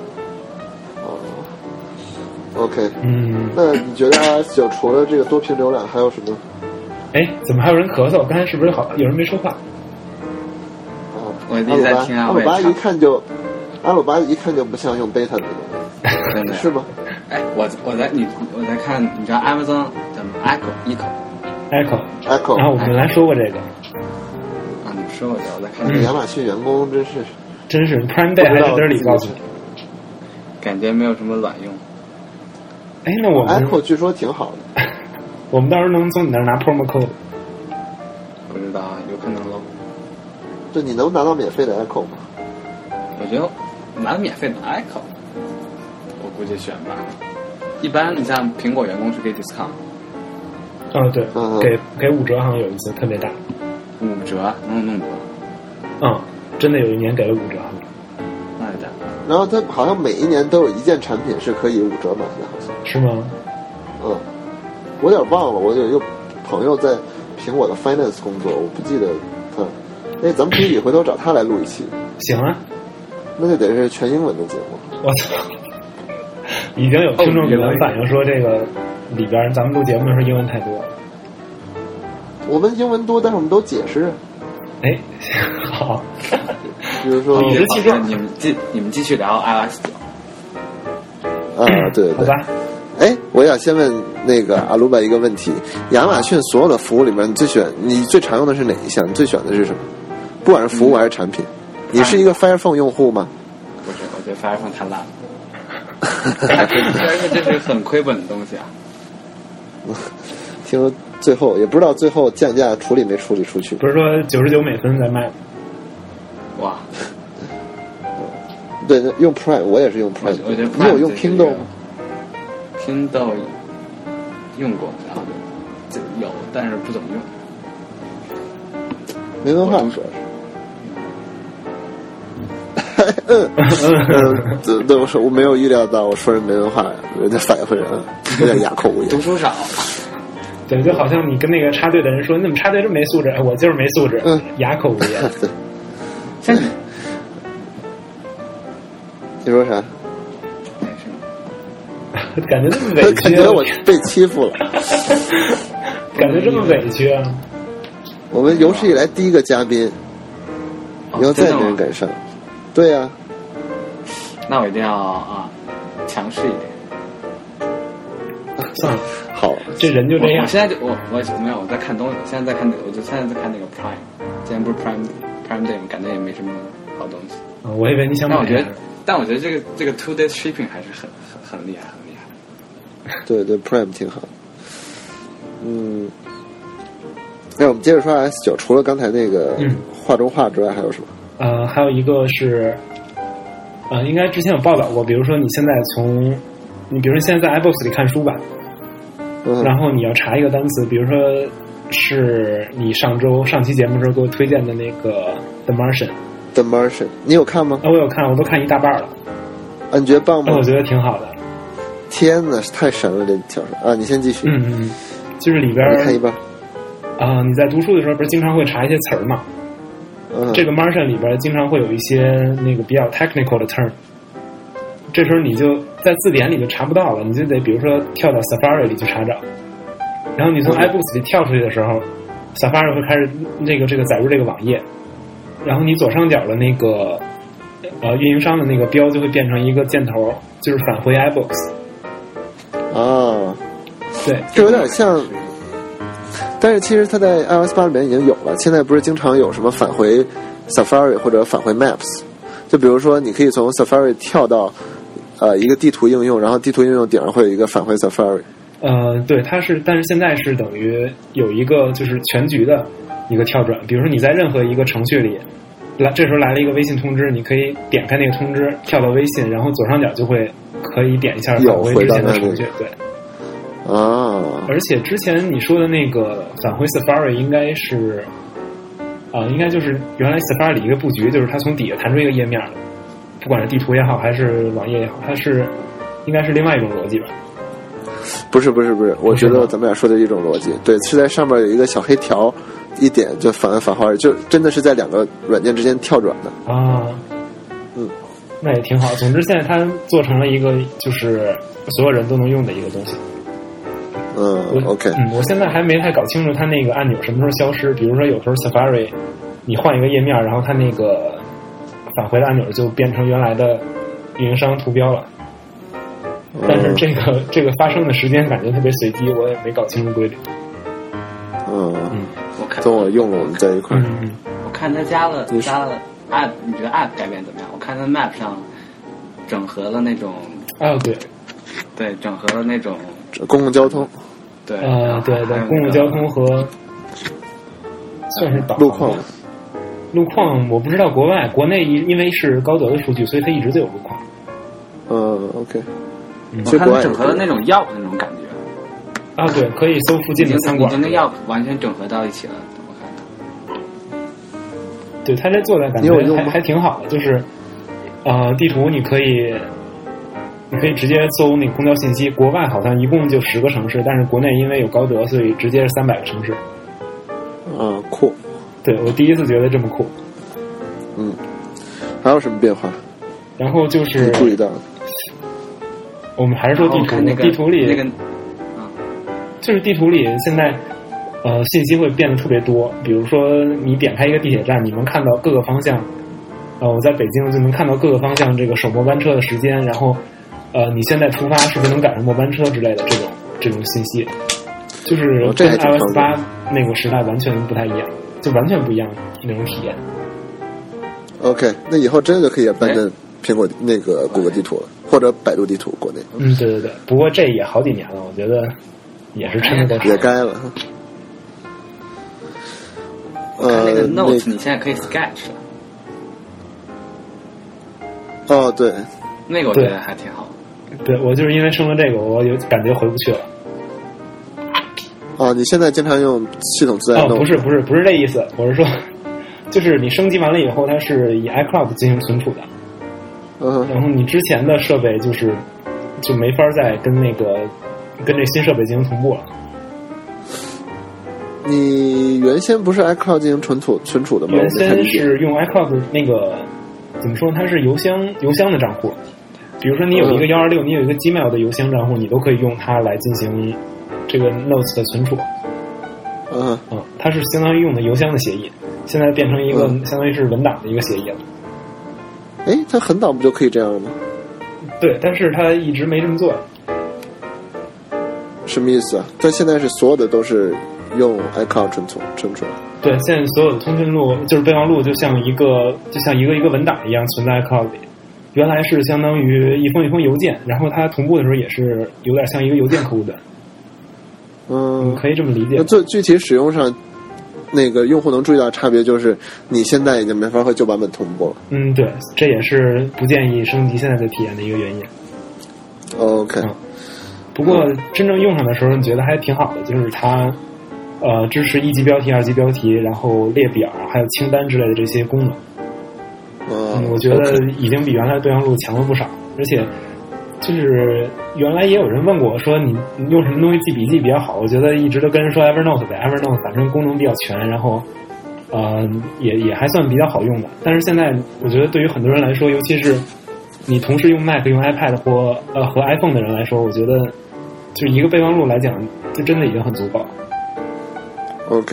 OK， 那你觉得 iOS 9除了这个多屏浏览还有什么？
怎么还有人咳嗽？刚才是不是有人没说话？
我我一直在听
阿鲁巴一看就不像用 beta 的
真的
是吗？
哎，我在看，你知道 Amazon 叫什么 Echo，
然后我们来说过这个
啊，你说过这个，我在看。
亚马逊员工真是
Prime Day 还是德里告诉你，
感觉没有什么卵用。
哎，那我们
Echo 据说挺好的，
我们到时候能从你那儿拿 promo code？
不知道，有可能喽。
就你能拿到免费的 Echo 吗？
我觉得拿免费的 Echo， 我估计选吧。一般你像苹果员工是给 discount。
对，给5折，好像有一次特别大。
5折能弄多？
真的有一年给了5折。
那就大。
然后他好像每一年都有一件产品是可以5折买的，好像
是吗？
我有点忘了，我有一个朋友在苹果的 finance 工作，我不记得他。咱们可以回头找他来录一期。
行啊，
那就得是全英文的节目。
我操！已经有听众给咱反映说，这个里边咱们录节目的时候英文太多。
我们英文多，但是我们都解释。
哎，好。
比如说，
你们继续聊 iOS
9。对。
好吧。
哎，我想先问那个阿鲁巴一个问题：亚马逊所有的服务里面，你最常用的是哪一项？你最选的是什么？不管是服务还是产品，你是一个 Firephone 用户吗？
不是，我觉得 Firephone 太烂了。Firephone 这是很亏本的东西啊。
听说最后也不知道最后降价处理没处理出去。
不是说99美分在卖吗？
哇！
对，用 Prime 我也是用 Prime。
我觉得 Prime
你有用 Kindle 吗
？Kindle 用过，然后有，但是不怎么用。
没文化主要是。对，我没有预料到我说人没文化呀，人家反应会有点哑口无言。
读书少。
对，就好像你跟那个插队的人说，你怎么插队这么没素质？我就是没素质，哑口无言。
对。你说啥？
感觉这么委屈，
感觉我被欺负了，
感觉这么委屈啊！
我们有史以来第一个嘉宾，以后再没人敢上。对呀，
那我一定要强势一点。
算了，
好，
这人就这样。
我现在我没有，我在看东西，现在在看那个，我就现在在看那个 Prime， 今天不是 Prime Day 吗？感觉也没什么好东西。
我以为你想买。
但我觉得这个 2 days shipping 还是很厉害，很厉害。
对 Prime 挺好。那我们接着说 S9，除了刚才那个画中画之外，还有什么？
还有一个是，应该之前有报道过，比如说你现在你比如说现在在 iBooks 里看书吧，然后你要查一个单词，比如说是你上期节目的时候给我推荐的那个 The Martian，
你有看吗？
我有看，我都看一大半了。
你觉得棒吗？
我觉得挺好的。
天哪，太神了！这小说你先继续。
就是里边
你看一半。
你在读书的时候不是经常会查一些词儿吗？这个 Martian 里边经常会有一些那个比较 technical 的 term， 这时候你就在字典里就查不到了，你就得比如说跳到 Safari 里去查找，然后你从 iBooks 里跳出去的时候，Safari 会开始这个载入这个网页，然后你左上角的那个运营商的那个标就会变成一个箭头，就是返回 iBooks。对，
这有点像。但是其实它在 iOS 8里面已经有了，现在不是经常有什么返回 Safari 或者返回 Maps， 就比如说你可以从 Safari 跳到一个地图应用，然后地图应用顶上会有一个返回 Safari。
对，但是现在是等于有一个就是全局的一个跳转，比如说你在任何一个程序里，这时候来了一个微信通知，你可以点开那个通知，跳到微信，然后左上角就会可以点一下返回之前的程序，对。而且之前你说的那个返回 Safari 应该是，应该就是原来 Safari 里一个布局，就是它从底下弹出一个页面，不管是地图也好，还是网页也好，它是应该是另外一种逻辑吧？
不是，我觉得咱们俩说的一种逻辑，对，是在上面有一个小黑条，一点就返回，就真的是在两个软件之间跳转的。
那也挺好。总之现在它做成了一个就是所有人都能用的一个东西。
OK。
我现在还没太搞清楚它那个按钮什么时候消失。比如说有时候 Safari 你换一个页面，然后它那个返回的按钮就变成原来的运营商图标了。但是这个发生的时间感觉特别随机，我也没搞清楚规律。
我看
等我用了我们在一块儿。
我看他加了 app， 你觉得 app 改变怎么样？我看他 map 上整合了那种对，整合了那种
公共交通，
对
对，公共交通和算是导航路况我不知道国内因为是高德的数据，所以它一直就有路况。
OK。
我看它整合了那种 Yelp 那种感觉。
对，可以搜附近的餐馆，
已经跟 Yelp 完全整合到一起了。我看
对，它这做的感觉还挺好的，就是地图你可以直接搜那个公交信息。国外好像一共就10个城市，但是国内因为有高德，所以直接是300个城市。
酷。
对，我第一次觉得这么酷。
还有什么变化？
然后就是
你注意到的。
我们还是说地图，地图里就是地图里现在信息会变得特别多。比如说你点开一个地铁站，你能看到各个方向。我在北京就能看到各个方向这个首末班车的时间，然后你现在出发是不是能赶上末班车之类的这种信息，就是跟 iOS 8那个时代完全不太一样，就完全不一样那种体验。
OK， 那以后真的可以搬进苹果那个谷歌地图了，或者百度地图国内。
对。不过这也好几年了，我觉得也是撑得够长。
也该了。
那个 Notes 你现在可以 Sketch
了。对。
那个我觉得还挺好。
对，我就是因为升了这个，我有感觉回不去了。
你现在经常用系统自带 Notes？
不是这意思，我是说，就是你升级完了以后，它是以 iCloud 进行存储的。然后你之前的设备就没法再跟这新设备进行同步了。
你原先不是 iCloud 进行存储的吗？
原先是用 iCloud 那个怎么说？它是邮箱的账户。比如说你有一个126，你有一个 Gmail 的邮箱账户，你都可以用它来进行这个 Notes 的存储。它是相当于用的邮箱的协议，现在变成一个相当于是文档的一个协议了。
它很早不就可以这样了吗？
对，但是它一直没这么做。
什么意思啊？它现在是所有的都是用 iCloud 存储。
对，现在所有的通讯录就是备忘录，就像一个文档一样存在 iCloud 里。原来是相当于一封邮件，然后它同步的时候也是有点像一个邮件客户端。可以这么理解。
那具体使用上，那个用户能注意到差别就是，你现在已经没法和旧版本同步了。
对，这也是不建议升级现在的体验的一个原因。
OK。
不过真正用上的时候，你觉得还挺好的，就是它支持1级标题、2级标题，然后列表还有清单之类的这些功能。我觉得已经比原来的备忘录强了不少，而且就是原来也有人问过我说你用什么东西记笔记比较好，我觉得一直都跟人说 Evernote 呗 ，Evernote 反正功能比较全，然后也还算比较好用的。但是现在我觉得对于很多人来说，尤其是你同时用 Mac 用 iPad 和 iPhone 的人来说，我觉得就是一个备忘录来讲，就真的已经很足够。
OK。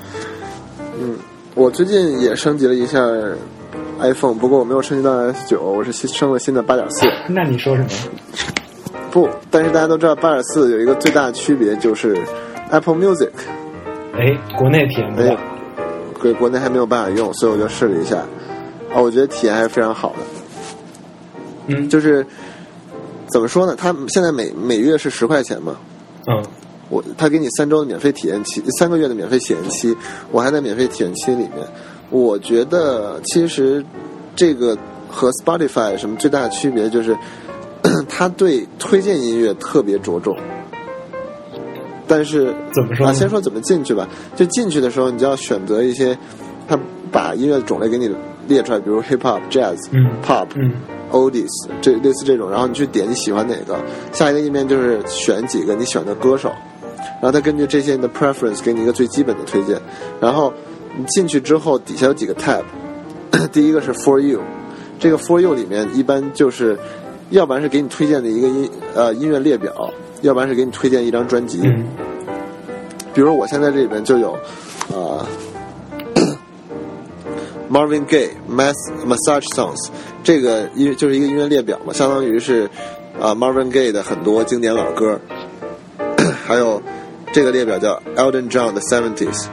我最近也升级了一下 iPhone， 不过我没有升级到 S9， 我是升了新的 8.4。
那你说什么？
不，但是大家都知道8.4有一个最大的区别就是 Apple Music。
国内体验不到。
国内还没有办法用，所以我就试了一下。我觉得体验还是非常好的。就是怎么说呢？它现在每月是10块钱嘛。他给你3周的免费体验期，3个月的免费体验期，我还在免费体验期里面。我觉得其实这个和 Spotify 什么最大的区别就是，他对推荐音乐特别着重。但是
怎么说？
先说怎么进去吧。就进去的时候，你就要选择一些，他把音乐的种类给你列出来，比如 Hip Hop、Jazz、Pop、Oldies， 这类似这种，然后你去点你喜欢哪个。下一个页面就是选几个你喜欢的歌手，然后他根据这些你的 preference 给你一个最基本的推荐。然后你进去之后，底下有几个 tab， 第一个是 For You， 这个 For You 里面一般就是要不然是给你推荐的一个音乐列表，要不然是给你推荐一张专辑。比如我现在这里边就有 Marvin Gaye、Massage Songs， 这个就是一个音乐列表嘛，相当于是Marvin Gaye 的很多经典老歌，还有这个列表叫 Elton John 的 70s，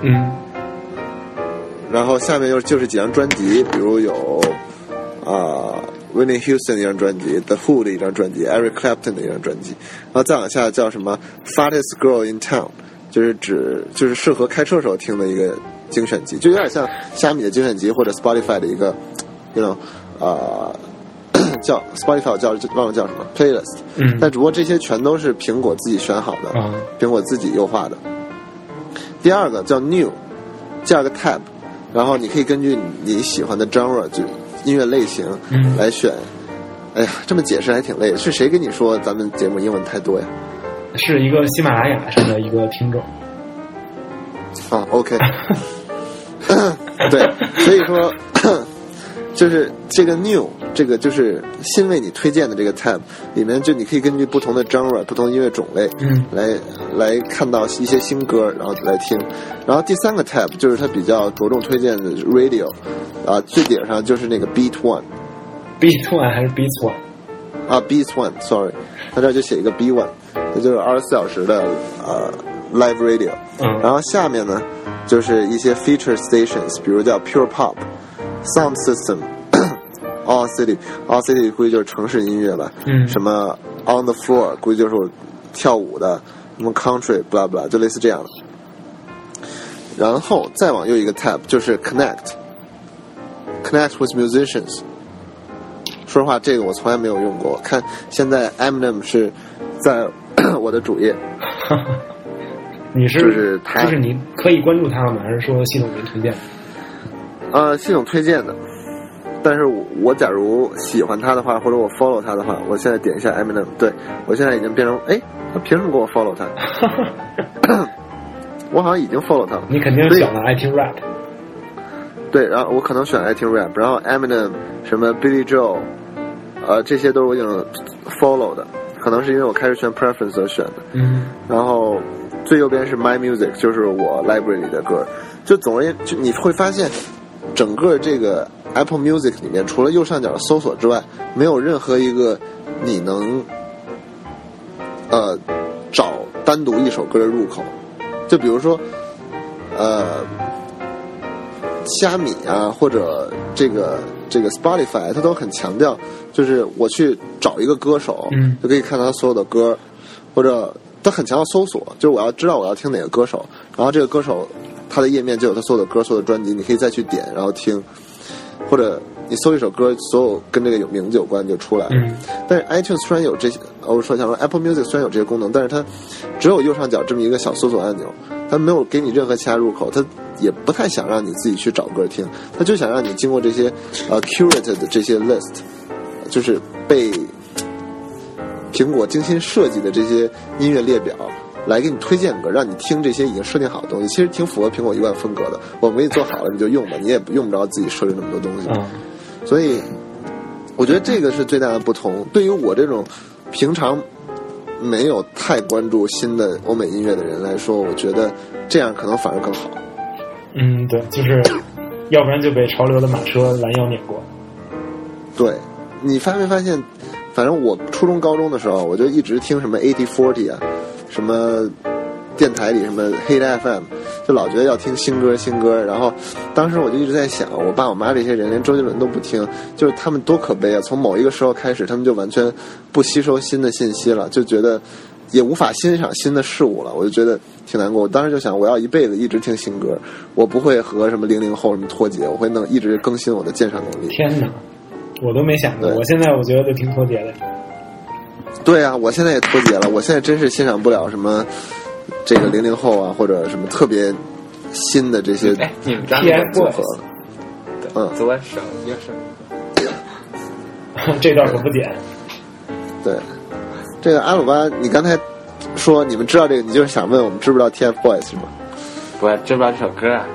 然后下面就是几张专辑，比如有Whitney Houston 的一张专辑 ，The Who 的一张专辑 ，Eric Clapton 的一张专辑，然后再往下叫什么 Fattest Girl in Town， 就是适合开车时候听的一个精选集，就有点像虾米的精选集或者 Spotify 的一个 叫 Spotify 忘了叫什么 playlist， 但只不过这些全都是苹果自己选好的，苹果自己优化的。第二个叫 New， 加个 tab， 然后你可以根据你喜欢的 genre 就音乐类型来选。哎呀，这么解释还挺累的。是谁跟你说咱们节目英文太多呀？
是一个喜马拉雅上的一个听众。
OK 对，所以说就是这个 new， 这个就是新为你推荐的这个 tab 里面，就你可以根据不同的 genre 不同的音乐种类来看到一些新歌，然后来听。然后第三个 tab 就是它比较着重推荐的 radio， 最顶上就是那个 beat one
还是 beats one
beats one sorry， 它这就写一个 B1， 这就是24小时的live radio，然后下面呢就是一些 feature stations， 比如叫 Pure Pop、Sound System、All City 估计就是城市音乐吧，什么 On the Floor 估计就是跳舞的，什么 Country blah blah 就类似这样的。然后再往右一个 tab 就是 Connect with Musicians。说实话，这个我从来没有用过。看现在 Eminem 是在我的主页。就是他，
就是你可以关注他吗？还是说系统给推荐？
系统推荐的。但是我假如喜欢他的话，或者我 follow 他的话，我现在点一下 Eminem， 对，我现在已经变成他凭什么给我 follow 他？我好像已经 follow 他了。
你肯定选了爱听 rap。
对，然后我可能选爱听 rap， 然后 Eminem 什么 Billy Joel， 这些都是我已经 follow 的，可能是因为我开始选 preference 而选的。然后最右边是 My Music， 就是我 library 里的歌。就总而言之，你会发现整个这个 Apple Music 里面，除了右上角的搜索之外，没有任何一个你能找单独一首歌的入口。就比如说虾米啊，或者这个 Spotify， 它都很强调，就是我去找一个歌手，就可以看到他所有的歌，或者它很强调搜索，就是我要知道我要听哪个歌手，然后这个歌手他的页面就有他所有的歌、所有的专辑，你可以再去点然后听，或者你搜一首歌，所有跟这个有名字有关就出来了。但是 iTunes 虽然有这些，我想说 Apple Music 虽然有这些功能，但是它只有右上角这么一个小搜索按钮，它没有给你任何其他入口，它也不太想让你自己去找歌听，它就想让你经过这些curated 的这些 list， 就是被苹果精心设计的这些音乐列表来给你推荐歌，让你听这些已经设定好的东西，其实挺符合苹果一贯风格的。我给你做好了你就用吧，你也用不着自己设置那么多东西。所以我觉得这个是最大的不同。对于我这种平常没有太关注新的欧美音乐的人来说，我觉得这样可能反而更好。
对，就是要不然就被潮流的马车拦腰碾过。对，
你发没发现，反正我初中高中的时候我就一直听什么 8040 啊，什么电台里什么 Hit FM， 就老觉得要听新歌，然后当时我就一直在想，我爸我妈这些人连周杰伦都不听，就是他们多可悲啊！从某一个时候开始，他们就完全不吸收新的信息了，就觉得也无法欣赏新的事物了，我就觉得挺难过。我当时就想，我要一辈子一直听新歌，我不会和什么00后什么脱节，我会一直更新我的鉴赏能力。
天哪，我都没想过，我现在我觉得就挺脱节的。
对啊，我现在也脱节了，我现在真是欣赏不了什么这个00后啊，或者什么特别新的这些
你们家
组合了。
左手右手，
这段可不剪。
对，这个阿鲁巴，你刚才说你们知道这个，你就是想问我们知不知道 TFBOYS 是吗？
我知不知道这首歌啊？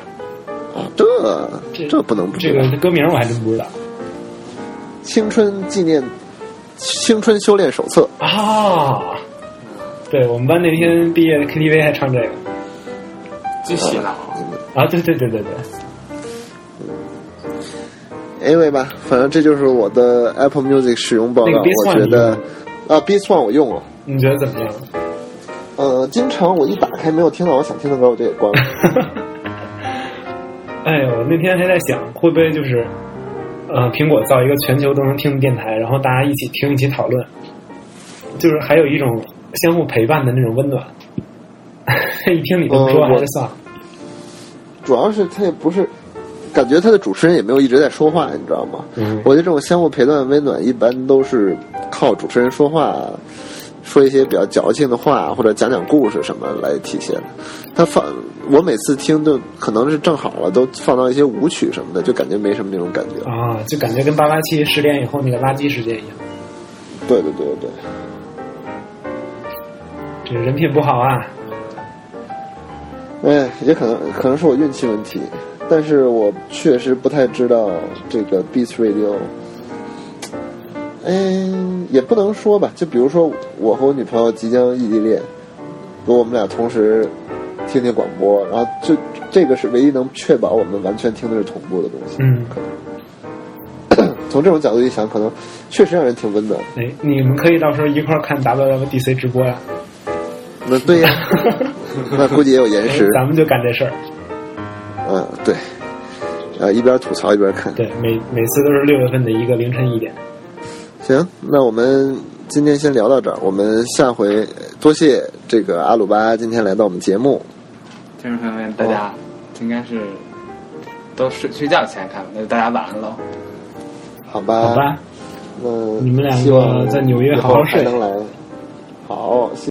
这不能不知道。
这个歌名我还真不知道。
青春修炼手册
啊！对，我们班那天毕业 KTV 还唱这个，
最洗脑
啊！对，
anyway 吧，反正这就是我的 Apple Music 使用报告。
那个 Beats One
我觉得Beats One 我用了。
你觉得怎么样？
经常我一打开没有听到我想听的歌，我就给关了。
哎呦，那天还在想，会不会就是苹果造一个全球都能听的电台，然后大家一起听一起讨论，就是还有一种相互陪伴的那种温暖。一听你这么说还是算了。
主要是他也不是，感觉他的主持人也没有一直在说话，你知道吗？我觉得这种相互陪伴温暖一般都是靠主持人说话，说一些比较矫情的话，或者讲讲故事什么来体现。我每次听都可能是正好了，都放到一些舞曲什么的，就感觉没什么那种感觉
啊，就感觉跟88710点以后那个垃圾事件一样。
对，
这人品不好啊。
哎，也可能是我运气问题，但是我确实不太知道这个 Beats Radio。也不能说吧，就比如说我和我女朋友即将异地恋，如果我们俩同时听广播，然后就这个是唯一能确保我们完全听的是同步的东西。可能从这种角度一想，可能确实让人挺温暖。
你们可以到时候一块儿看 WWDC 直播呀。
那对呀，那估计也有延时。
咱们就干这事儿。
对，一边吐槽一边看。
对，每次都是6月份的一个凌晨1点。
行，那我们今天先聊到这儿，我们下回多谢这个阿鲁巴今天来到我们节目。
听众朋友们，大家应该是都睡觉前看，那就大家晚安喽。
好吧，
你们两个在纽约好好睡。